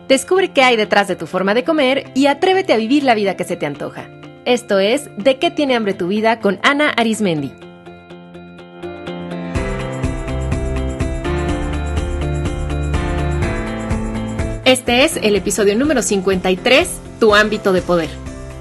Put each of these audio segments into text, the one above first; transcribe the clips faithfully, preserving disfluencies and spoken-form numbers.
Descubre qué hay detrás de tu forma de comer y atrévete a vivir la vida que se te antoja. Esto es ¿De qué tiene hambre tu vida? Con Ana Arismendi. Este es el episodio número cincuenta y tres, Tu ámbito de poder.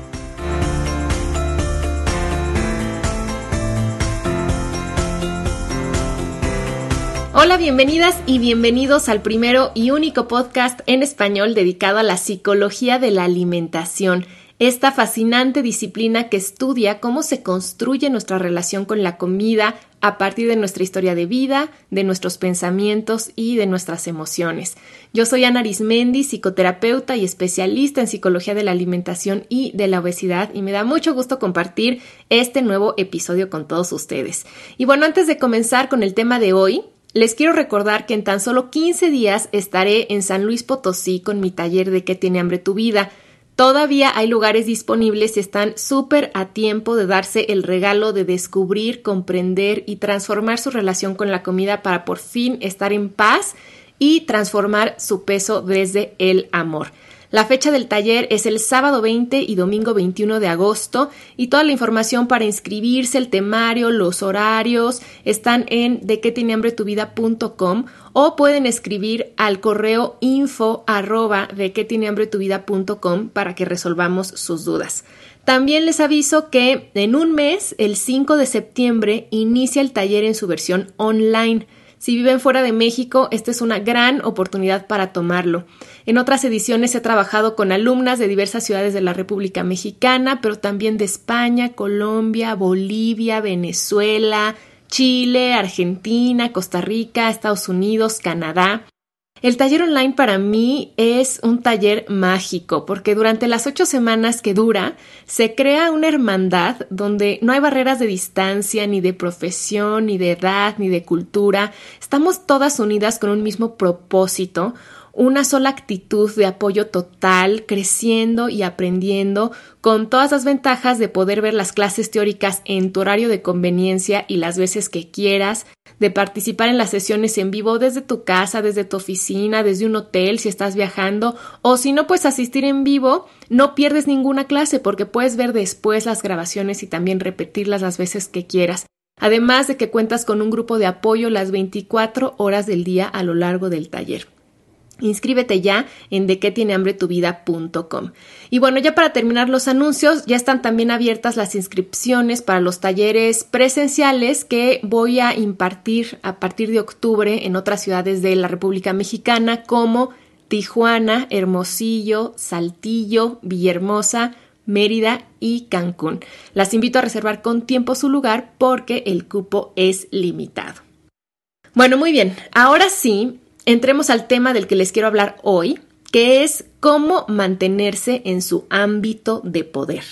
Hola, bienvenidas y bienvenidos al primero y único podcast en español dedicado a la psicología de la alimentación, esta fascinante disciplina que estudia cómo se construye nuestra relación con la comida a partir de nuestra historia de vida, de nuestros pensamientos y de nuestras emociones. Yo soy Ana Arismendi, psicoterapeuta y especialista en psicología de la alimentación y de la obesidad, y me da mucho gusto compartir este nuevo episodio con todos ustedes. Y bueno, antes de comenzar con el tema de hoy, les quiero recordar que en tan solo quince días estaré en San Luis Potosí con mi taller de ¿Qué tiene hambre tu vida? Todavía hay lugares disponibles y están súper a tiempo de darse el regalo de descubrir, comprender y transformar su relación con la comida para por fin estar en paz y transformar su peso desde el amor. La fecha del taller es el sábado veinte y domingo veintiuno de agosto y toda la información para inscribirse, el temario, los horarios están en de qué tiene hambre tu vida punto com o pueden escribir al correo info arroba de qué tiene hambre tu vida punto com para que resolvamos sus dudas. También les aviso que en un mes, el cinco de septiembre, inicia el taller en su versión online. Si viven fuera de México, esta es una gran oportunidad para tomarlo. En otras ediciones he trabajado con alumnas de diversas ciudades de la República Mexicana, pero también de España, Colombia, Bolivia, Venezuela, Chile, Argentina, Costa Rica, Estados Unidos, Canadá. El taller online para mí es un taller mágico porque durante las ocho semanas que dura se crea una hermandad donde no hay barreras de distancia, ni de profesión, ni de edad, ni de cultura. Estamos todas unidas con un mismo propósito, una sola actitud de apoyo total, creciendo y aprendiendo con todas las ventajas de poder ver las clases teóricas en tu horario de conveniencia y las veces que quieras, de participar en las sesiones en vivo desde tu casa, desde tu oficina, desde un hotel si estás viajando, o si no puedes asistir en vivo, no pierdes ninguna clase porque puedes ver después las grabaciones y también repetirlas las veces que quieras. Además de que cuentas con un grupo de apoyo las veinticuatro horas del día a lo largo del taller. Inscríbete ya en de qué tiene hambre tu vida punto com. Y bueno, ya para terminar los anuncios, ya están también abiertas las inscripciones para los talleres presenciales que voy a impartir a partir de octubre en otras ciudades de la República Mexicana como Tijuana, Hermosillo, Saltillo, Villahermosa, Mérida y Cancún. Las invito a reservar con tiempo su lugar porque el cupo es limitado. Bueno, muy bien, ahora sí, entremos al tema del que les quiero hablar hoy, que es cómo mantenerse en su ámbito de poder.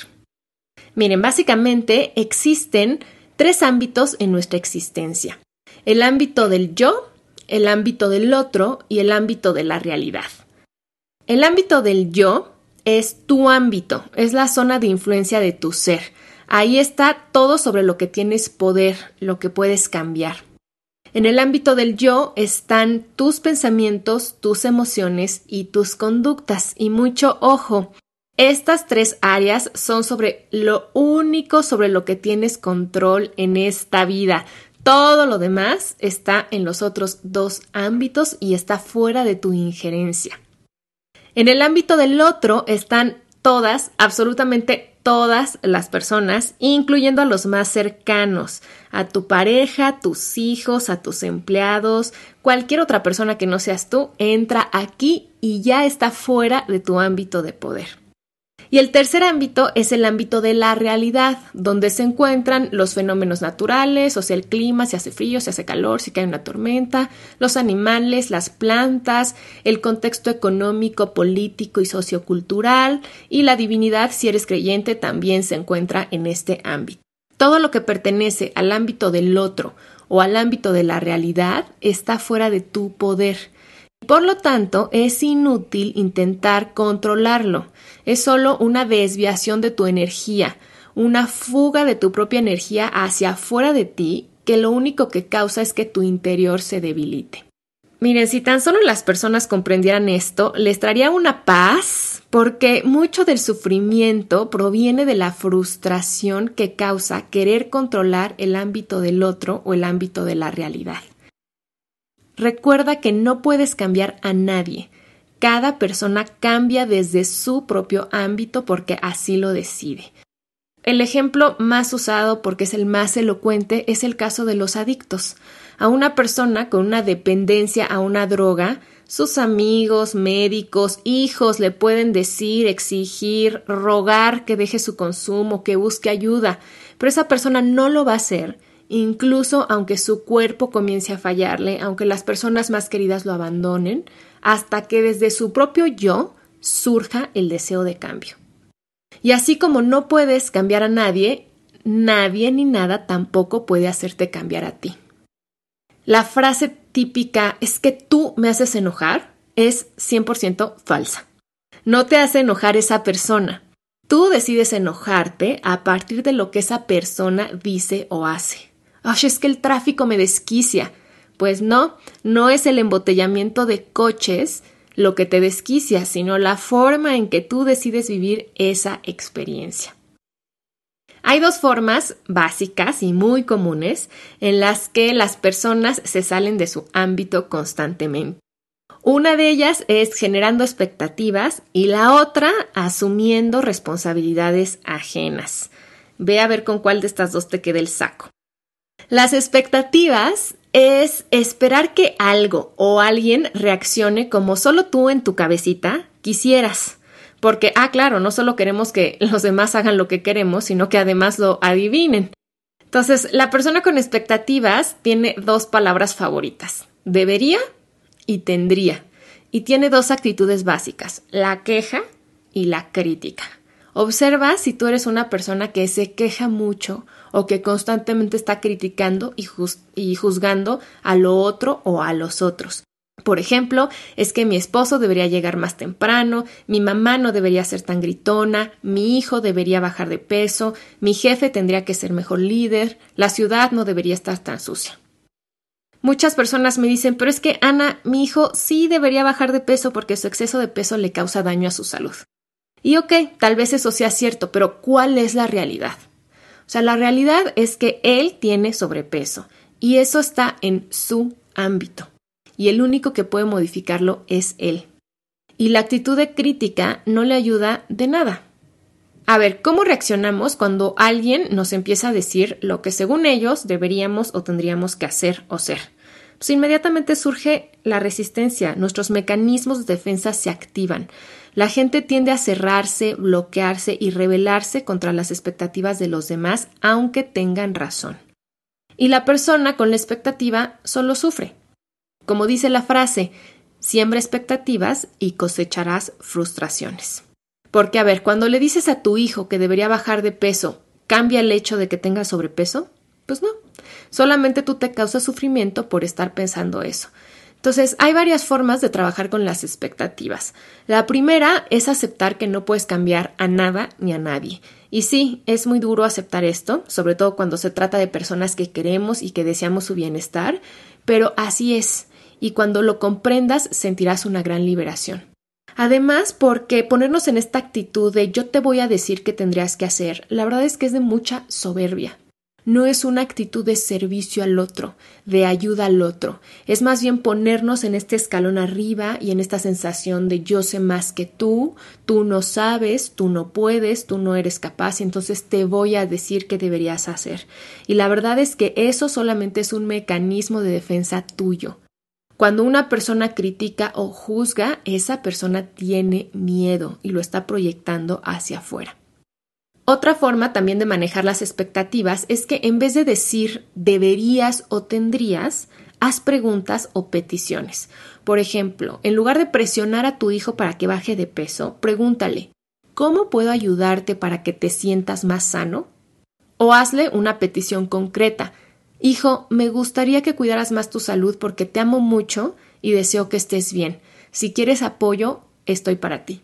Miren, básicamente existen tres ámbitos en nuestra existencia. El ámbito del yo, el ámbito del otro y el ámbito de la realidad. El ámbito del yo es tu ámbito, es la zona de influencia de tu ser. Ahí está todo sobre lo que tienes poder, lo que puedes cambiar. En el ámbito del yo están tus pensamientos, tus emociones y tus conductas. Y mucho ojo, estas tres áreas son sobre lo único sobre lo que tienes control en esta vida. Todo lo demás está en los otros dos ámbitos y está fuera de tu injerencia. En el ámbito del otro están todas, absolutamente todas las personas, incluyendo a los más cercanos, a tu pareja, a tus hijos, a tus empleados, cualquier otra persona que no seas tú, entra aquí y ya está fuera de tu ámbito de poder. Y el tercer ámbito es el ámbito de la realidad, donde se encuentran los fenómenos naturales, o sea, el clima, si hace frío, si hace calor, si cae una tormenta, los animales, las plantas, el contexto económico, político y sociocultural, y la divinidad, si eres creyente, también se encuentra en este ámbito. Todo lo que pertenece al ámbito del otro o al ámbito de la realidad está fuera de tu poder. Por lo tanto, es inútil intentar controlarlo. Es solo una desviación de tu energía, una fuga de tu propia energía hacia afuera de ti, que lo único que causa es que tu interior se debilite. Miren, si tan solo las personas comprendieran esto, les traería una paz, porque mucho del sufrimiento proviene de la frustración que causa querer controlar el ámbito del otro o el ámbito de la realidad. Recuerda que no puedes cambiar a nadie. Cada persona cambia desde su propio ámbito porque así lo decide. El ejemplo más usado, porque es el más elocuente, es el caso de los adictos. A una persona con una dependencia a una droga, sus amigos, médicos, hijos le pueden decir, exigir, rogar que deje su consumo, que busque ayuda, pero esa persona no lo va a hacer, incluso aunque su cuerpo comience a fallarle, aunque las personas más queridas lo abandonen, hasta que desde su propio yo surja el deseo de cambio. Y así como no puedes cambiar a nadie, nadie ni nada tampoco puede hacerte cambiar a ti. La frase típica es que tú me haces enojar es cien por ciento falsa. No te hace enojar esa persona. Tú decides enojarte a partir de lo que esa persona dice o hace. ¡Ay, es que el tráfico me desquicia! Pues no, no es el embotellamiento de coches lo que te desquicia, sino la forma en que tú decides vivir esa experiencia. Hay dos formas básicas y muy comunes en las que las personas se salen de su ámbito constantemente. Una de ellas es generando expectativas y la otra asumiendo responsabilidades ajenas. Ve a ver con cuál de estas dos te queda el saco. Las expectativas es esperar que algo o alguien reaccione como solo tú en tu cabecita quisieras. Porque, ah, claro, no solo queremos que los demás hagan lo que queremos, sino que además lo adivinen. Entonces, la persona con expectativas tiene dos palabras favoritas, debería y tendría. Y tiene dos actitudes básicas, la queja y la crítica. Observa si tú eres una persona que se queja mucho o que constantemente está criticando y, juz- y juzgando a lo otro o a los otros. Por ejemplo, es que mi esposo debería llegar más temprano, mi mamá no debería ser tan gritona, mi hijo debería bajar de peso, mi jefe tendría que ser mejor líder, la ciudad no debería estar tan sucia. Muchas personas me dicen, pero es que Ana, mi hijo sí debería bajar de peso porque su exceso de peso le causa daño a su salud. Y ok, tal vez eso sea cierto, pero ¿cuál es la realidad? O sea, la realidad es que él tiene sobrepeso y eso está en su ámbito. Y el único que puede modificarlo es él. Y la actitud de crítica no le ayuda de nada. A ver, ¿cómo reaccionamos cuando alguien nos empieza a decir lo que según ellos deberíamos o tendríamos que hacer o ser? Pues inmediatamente surge la resistencia, nuestros mecanismos de defensa se activan. La gente tiende a cerrarse, bloquearse y rebelarse contra las expectativas de los demás, aunque tengan razón. Y la persona con la expectativa solo sufre. Como dice la frase, siembra expectativas y cosecharás frustraciones. Porque, a ver, cuando le dices a tu hijo que debería bajar de peso, ¿cambia el hecho de que tenga sobrepeso? Pues no, solamente tú te causas sufrimiento por estar pensando eso. Entonces, hay varias formas de trabajar con las expectativas. La primera es aceptar que no puedes cambiar a nada ni a nadie. Y sí, es muy duro aceptar esto, sobre todo cuando se trata de personas que queremos y que deseamos su bienestar, pero así es. Y cuando lo comprendas, sentirás una gran liberación. Además, porque ponernos en esta actitud de yo te voy a decir qué tendrías que hacer, la verdad es que es de mucha soberbia. No es una actitud de servicio al otro, de ayuda al otro. Es más bien ponernos en este escalón arriba y en esta sensación de yo sé más que tú, tú no sabes, tú no puedes, tú no eres capaz y entonces te voy a decir qué deberías hacer. Y la verdad es que eso solamente es un mecanismo de defensa tuyo. Cuando una persona critica o juzga, esa persona tiene miedo y lo está proyectando hacia afuera. Otra forma también de manejar las expectativas es que en vez de decir deberías o tendrías, haz preguntas o peticiones. Por ejemplo, en lugar de presionar a tu hijo para que baje de peso, pregúntale, ¿cómo puedo ayudarte para que te sientas más sano? O hazle una petición concreta. Hijo, me gustaría que cuidaras más tu salud porque te amo mucho y deseo que estés bien. Si quieres apoyo, estoy para ti.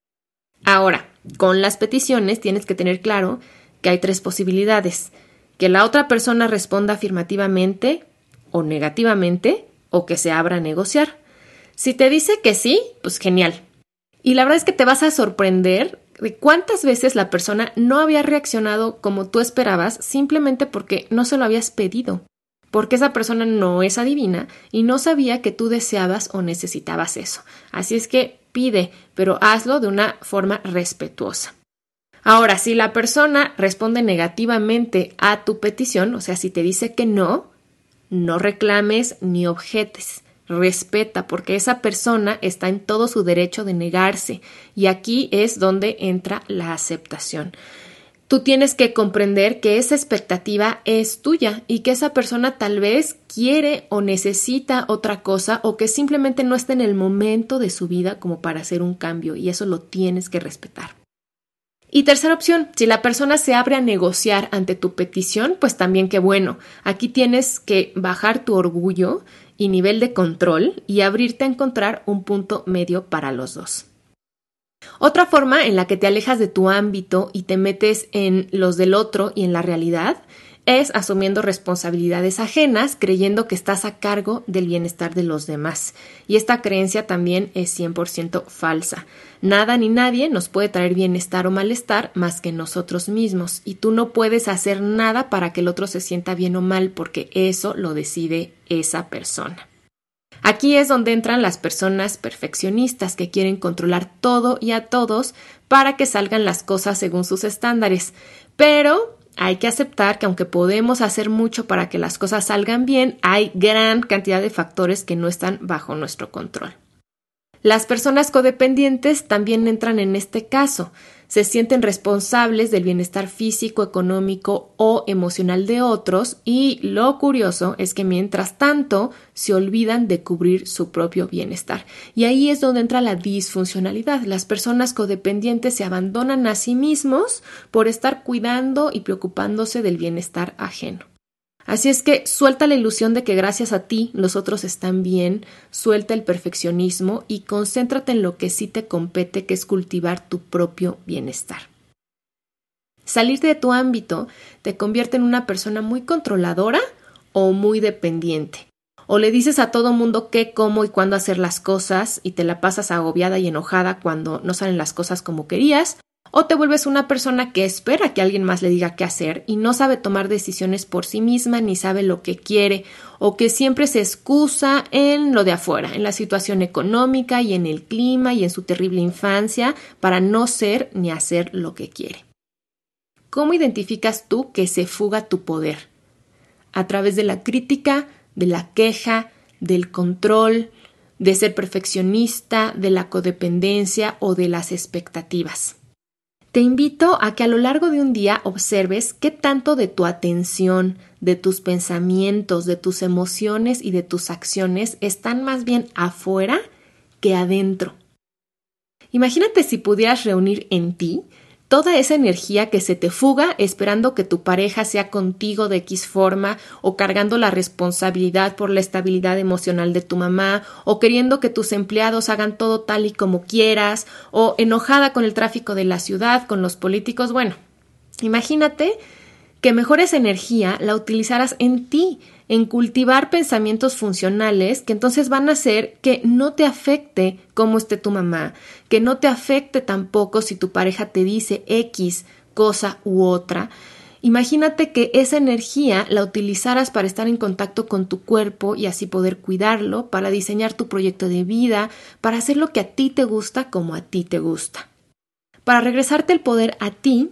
Ahora, con las peticiones tienes que tener claro que hay tres posibilidades. Que la otra persona responda afirmativamente o negativamente o que se abra a negociar. Si te dice que sí, pues genial. Y la verdad es que te vas a sorprender de cuántas veces la persona no había reaccionado como tú esperabas simplemente porque no se lo habías pedido, porque esa persona no es adivina y no sabía que tú deseabas o necesitabas eso. Así es que pide, pero hazlo de una forma respetuosa. Ahora, si la persona responde negativamente a tu petición, o sea, si te dice que no, no reclames ni objetes. Respeta, porque esa persona está en todo su derecho de negarse y aquí es donde entra la aceptación. Tú tienes que comprender que esa expectativa es tuya y que esa persona tal vez quiere o necesita otra cosa o que simplemente no está en el momento de su vida como para hacer un cambio y eso lo tienes que respetar. Y tercera opción, si la persona se abre a negociar ante tu petición, pues también qué bueno. Aquí tienes que bajar tu orgullo y nivel de control y abrirte a encontrar un punto medio para los dos. Otra forma en la que te alejas de tu ámbito y te metes en los del otro y en la realidad es asumiendo responsabilidades ajenas, creyendo que estás a cargo del bienestar de los demás. Y esta creencia también es cien por ciento falsa. Nada ni nadie nos puede traer bienestar o malestar más que nosotros mismos. Y tú no puedes hacer nada para que el otro se sienta bien o mal porque eso lo decide esa persona. Aquí es donde entran las personas perfeccionistas que quieren controlar todo y a todos para que salgan las cosas según sus estándares. Pero hay que aceptar que aunque podemos hacer mucho para que las cosas salgan bien, hay gran cantidad de factores que no están bajo nuestro control. Las personas codependientes también entran en este caso. Se sienten responsables del bienestar físico, económico o emocional de otros y lo curioso es que mientras tanto se olvidan de cubrir su propio bienestar. Y ahí es donde entra la disfuncionalidad. Las personas codependientes se abandonan a sí mismos por estar cuidando y preocupándose del bienestar ajeno. Así es que suelta la ilusión de que gracias a ti los otros están bien, suelta el perfeccionismo y concéntrate en lo que sí te compete, que es cultivar tu propio bienestar. Salirte de tu ámbito te convierte en una persona muy controladora o muy dependiente. O le dices a todo mundo qué, cómo y cuándo hacer las cosas y te la pasas agobiada y enojada cuando no salen las cosas como querías. O te vuelves una persona que espera que alguien más le diga qué hacer y no sabe tomar decisiones por sí misma ni sabe lo que quiere o que siempre se excusa en lo de afuera, en la situación económica y en el clima y en su terrible infancia para no ser ni hacer lo que quiere. ¿Cómo identificas tú que se fuga tu poder? A través de la crítica, de la queja, del control, de ser perfeccionista, de la codependencia o de las expectativas. Te invito a que a lo largo de un día observes qué tanto de tu atención, de tus pensamientos, de tus emociones y de tus acciones están más bien afuera que adentro. Imagínate si pudieras reunir en ti toda esa energía que se te fuga esperando que tu pareja sea contigo de X forma o cargando la responsabilidad por la estabilidad emocional de tu mamá o queriendo que tus empleados hagan todo tal y como quieras o enojada con el tráfico de la ciudad, con los políticos. Bueno, imagínate que mejor esa energía la utilizaras en ti, en cultivar pensamientos funcionales que entonces van a hacer que no te afecte cómo esté tu mamá, que no te afecte tampoco si tu pareja te dice X cosa u otra. Imagínate que esa energía la utilizaras para estar en contacto con tu cuerpo y así poder cuidarlo, para diseñar tu proyecto de vida, para hacer lo que a ti te gusta como a ti te gusta. Para regresarte el poder a ti,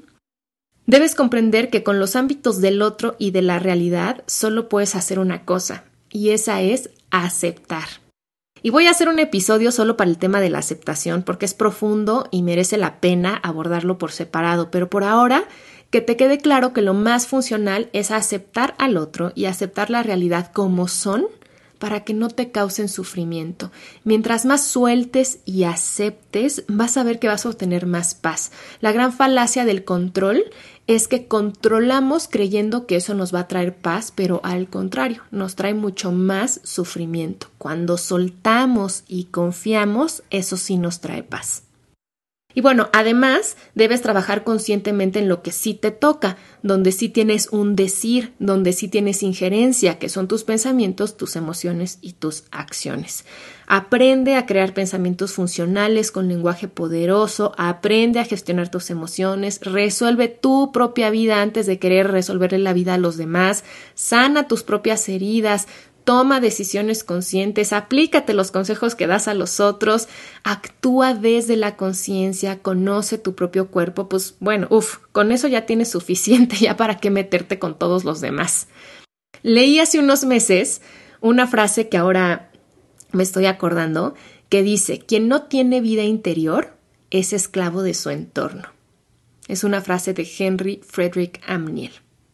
debes comprender que con los ámbitos del otro y de la realidad solo puedes hacer una cosa, y esa es aceptar. Y voy a hacer un episodio solo para el tema de la aceptación porque es profundo y merece la pena abordarlo por separado, pero por ahora que te quede claro que lo más funcional es aceptar al otro y aceptar la realidad como son para que no te causen sufrimiento. Mientras más sueltes y aceptes, vas a ver que vas a obtener más paz. La gran falacia del control es que controlamos creyendo que eso nos va a traer paz, pero al contrario, nos trae mucho más sufrimiento. Cuando soltamos y confiamos, eso sí nos trae paz. Y bueno, además debes trabajar conscientemente en lo que sí te toca, donde sí tienes un decir, donde sí tienes injerencia, que son tus pensamientos, tus emociones y tus acciones. Aprende a crear pensamientos funcionales con lenguaje poderoso, aprende a gestionar tus emociones, resuelve tu propia vida antes de querer resolverle la vida a los demás, sana tus propias heridas, toma decisiones conscientes, aplícate los consejos que das a los otros, actúa desde la conciencia, conoce tu propio cuerpo, pues bueno, uff, con eso ya tienes suficiente, ya para qué meterte con todos los demás. Leí hace unos meses una frase que ahora me estoy acordando, que dice, quien no tiene vida interior es esclavo de su entorno. Es una frase de Henry Frederick Amniel.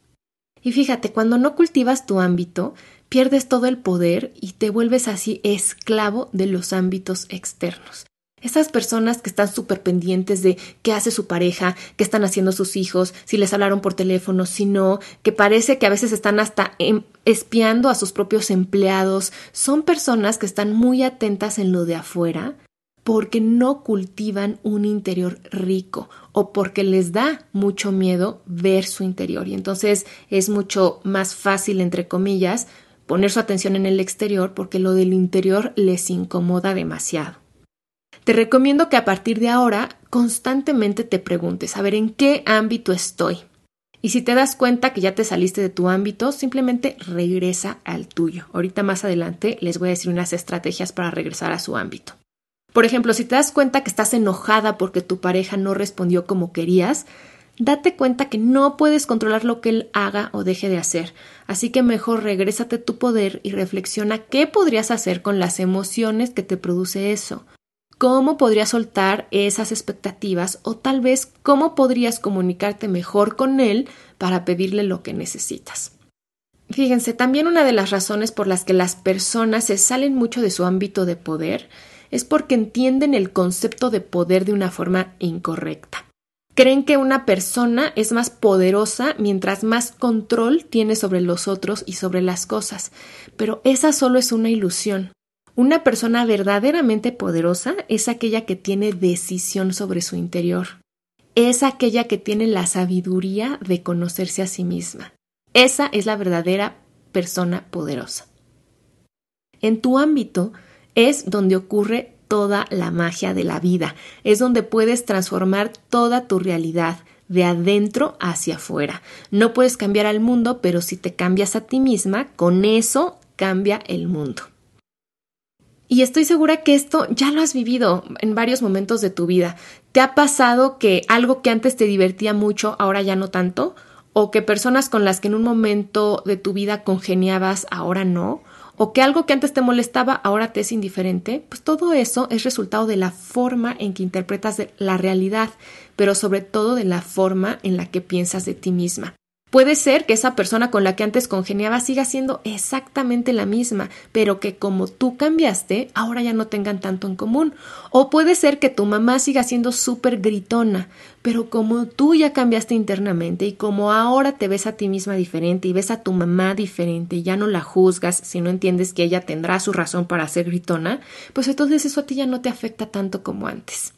Y fíjate, cuando no cultivas tu ámbito, pierdes todo el poder y te vuelves así esclavo de los ámbitos externos. Esas personas que están súper pendientes de qué hace su pareja, qué están haciendo sus hijos, si les hablaron por teléfono, si no, que parece que a veces están hasta em- espiando a sus propios empleados, son personas que están muy atentas en lo de afuera porque no cultivan un interior rico o porque les da mucho miedo ver su interior. Y entonces es mucho más fácil, entre comillas, poner su atención en el exterior porque lo del interior les incomoda demasiado. Te recomiendo que a partir de ahora constantemente te preguntes, a ver, ¿en qué ámbito estoy? Y si te das cuenta que ya te saliste de tu ámbito, simplemente regresa al tuyo. Ahorita más adelante les voy a decir unas estrategias para regresar a su ámbito. Por ejemplo, si te das cuenta que estás enojada porque tu pareja no respondió como querías, date cuenta que no puedes controlar lo que él haga o deje de hacer. Así que mejor regrésate a tu poder y reflexiona qué podrías hacer con las emociones que te produce eso. ¿Cómo podrías soltar esas expectativas o tal vez cómo podrías comunicarte mejor con él para pedirle lo que necesitas? Fíjense, también una de las razones por las que las personas se salen mucho de su ámbito de poder es porque entienden el concepto de poder de una forma incorrecta. Creen que una persona es más poderosa mientras más control tiene sobre los otros y sobre las cosas, pero esa solo es una ilusión. Una persona verdaderamente poderosa es aquella que tiene decisión sobre su interior. Es aquella que tiene la sabiduría de conocerse a sí misma. Esa es la verdadera persona poderosa. En tu ámbito es donde ocurre toda la magia de la vida. Es donde puedes transformar toda tu realidad de adentro hacia afuera. No puedes cambiar al mundo, pero si te cambias a ti misma, con eso cambia el mundo. Y estoy segura que esto ya lo has vivido en varios momentos de tu vida. ¿Te ha pasado que algo que antes te divertía mucho, ahora ya no tanto? ¿O que personas con las que en un momento de tu vida congeniabas, ahora no? ¿O que algo que antes te molestaba, ahora te es indiferente? Pues todo eso es resultado de la forma en que interpretas la realidad, pero sobre todo de la forma en la que piensas de ti misma. Puede ser que esa persona con la que antes congeniaba siga siendo exactamente la misma, pero que como tú cambiaste, ahora ya no tengan tanto en común. O puede ser que tu mamá siga siendo súper gritona, pero como tú ya cambiaste internamente y como ahora te ves a ti misma diferente y ves a tu mamá diferente y ya no la juzgas si no entiendes que ella tendrá su razón para ser gritona, pues entonces eso a ti ya no te afecta tanto como antes.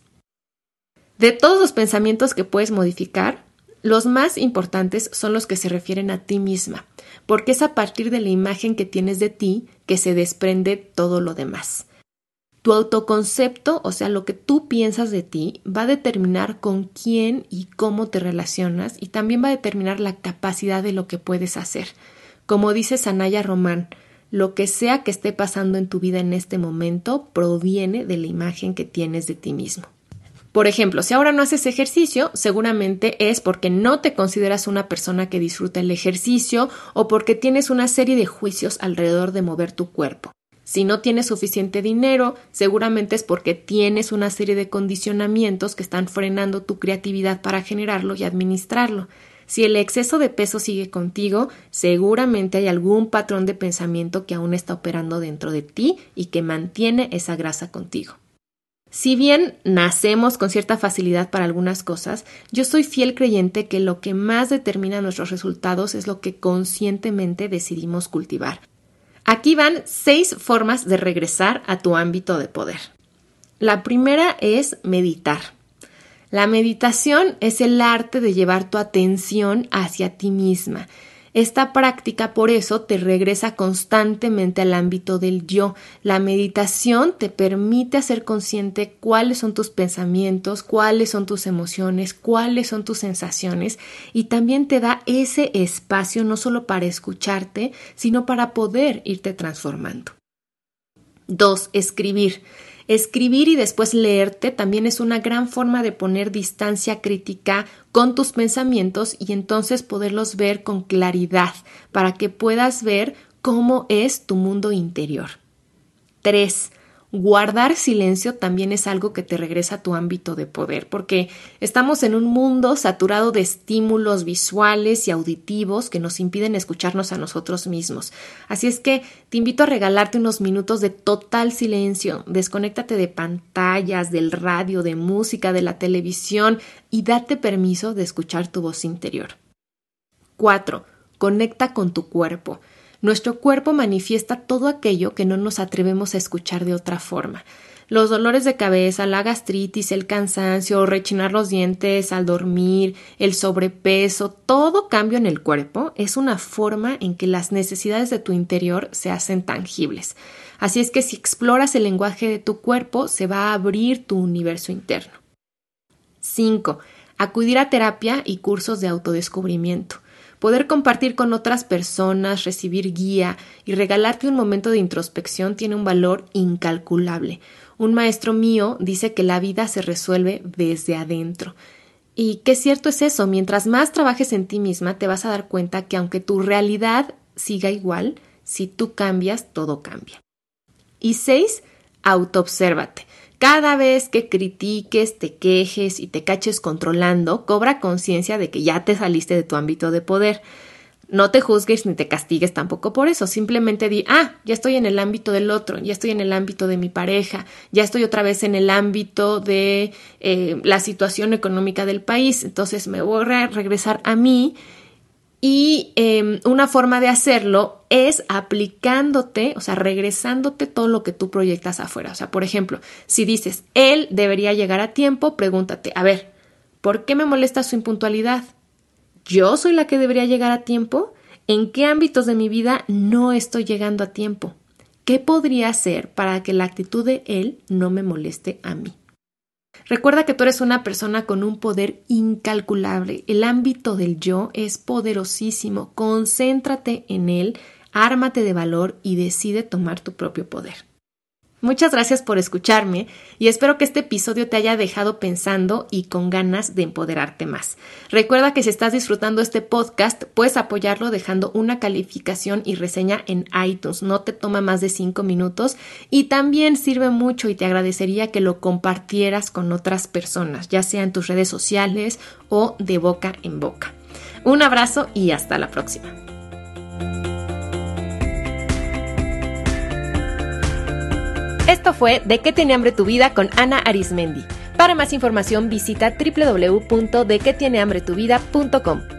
De todos los pensamientos que puedes modificar, los más importantes son los que se refieren a ti misma, porque es a partir de la imagen que tienes de ti que se desprende todo lo demás. Tu autoconcepto, o sea, lo que tú piensas de ti, va a determinar con quién y cómo te relacionas y también va a determinar la capacidad de lo que puedes hacer. Como dice Sanaya Román, lo que sea que esté pasando en tu vida en este momento proviene de la imagen que tienes de ti mismo. Por ejemplo, si ahora no haces ejercicio, seguramente es porque no te consideras una persona que disfruta el ejercicio o porque tienes una serie de juicios alrededor de mover tu cuerpo. Si no tienes suficiente dinero, seguramente es porque tienes una serie de condicionamientos que están frenando tu creatividad para generarlo y administrarlo. Si el exceso de peso sigue contigo, seguramente hay algún patrón de pensamiento que aún está operando dentro de ti y que mantiene esa grasa contigo. Si bien nacemos con cierta facilidad para algunas cosas, yo soy fiel creyente que lo que más determina nuestros resultados es lo que conscientemente decidimos cultivar. Aquí van seis formas de regresar a tu ámbito de poder. La primera es meditar. La meditación es el arte de llevar tu atención hacia ti misma. Esta práctica, por eso, te regresa constantemente al ámbito del yo. La meditación te permite hacer consciente cuáles son tus pensamientos, cuáles son tus emociones, cuáles son tus sensaciones, y también te da ese espacio no solo para escucharte, sino para poder irte transformando. Dos, escribir. Escribir y después leerte también es una gran forma de poner distancia crítica con tus pensamientos y entonces poderlos ver con claridad para que puedas ver cómo es tu mundo interior. Tres, guardar silencio también es algo que te regresa a tu ámbito de poder, porque estamos en un mundo saturado de estímulos visuales y auditivos que nos impiden escucharnos a nosotros mismos. Así es que te invito a regalarte unos minutos de total silencio. Desconéctate de pantallas, del radio, de música, de la televisión y date permiso de escuchar tu voz interior. Cuatro, conecta con tu cuerpo. Nuestro cuerpo manifiesta todo aquello que no nos atrevemos a escuchar de otra forma. Los dolores de cabeza, la gastritis, el cansancio, rechinar los dientes al dormir, el sobrepeso, todo cambio en el cuerpo es una forma en que las necesidades de tu interior se hacen tangibles. Así es que si exploras el lenguaje de tu cuerpo, se va a abrir tu universo interno. Cinco. Acudir a terapia y cursos de autodescubrimiento. Poder compartir con otras personas, recibir guía y regalarte un momento de introspección tiene un valor incalculable. Un maestro mío dice que la vida se resuelve desde adentro. Y qué cierto es eso, mientras más trabajes en ti misma te vas a dar cuenta que aunque tu realidad siga igual, si tú cambias, todo cambia. Y seis, autoobsérvate. Cada vez que critiques, te quejes y te caches controlando, cobra conciencia de que ya te saliste de tu ámbito de poder. No te juzgues ni te castigues tampoco por eso. Simplemente di, ah, ya estoy en el ámbito del otro, ya estoy en el ámbito de mi pareja, ya estoy otra vez en el ámbito de eh, la situación económica del país. Entonces me voy a regresar a mí. Y eh, una forma de hacerlo es aplicándote, o sea, regresándote todo lo que tú proyectas afuera. O sea, por ejemplo, si dices, él debería llegar a tiempo, pregúntate, a ver, ¿por qué me molesta su impuntualidad? ¿Yo soy la que debería llegar a tiempo? ¿En qué ámbitos de mi vida no estoy llegando a tiempo? ¿Qué podría hacer para que la actitud de él no me moleste a mí? Recuerda que tú eres una persona con un poder incalculable. El ámbito del yo es poderosísimo. Concéntrate en él, ármate de valor y decide tomar tu propio poder. Muchas gracias por escucharme y espero que este episodio te haya dejado pensando y con ganas de empoderarte más. Recuerda que si estás disfrutando este podcast, puedes apoyarlo dejando una calificación y reseña en iTunes. No te toma más de cinco minutos y también sirve mucho y te agradecería que lo compartieras con otras personas, ya sea en tus redes sociales o de boca en boca. Un abrazo y hasta la próxima. Esto fue ¿De qué tiene hambre tu vida? Con Ana Arismendi. Para más información visita doble u doble u doble u punto de qué tiene hambre tu vida punto com.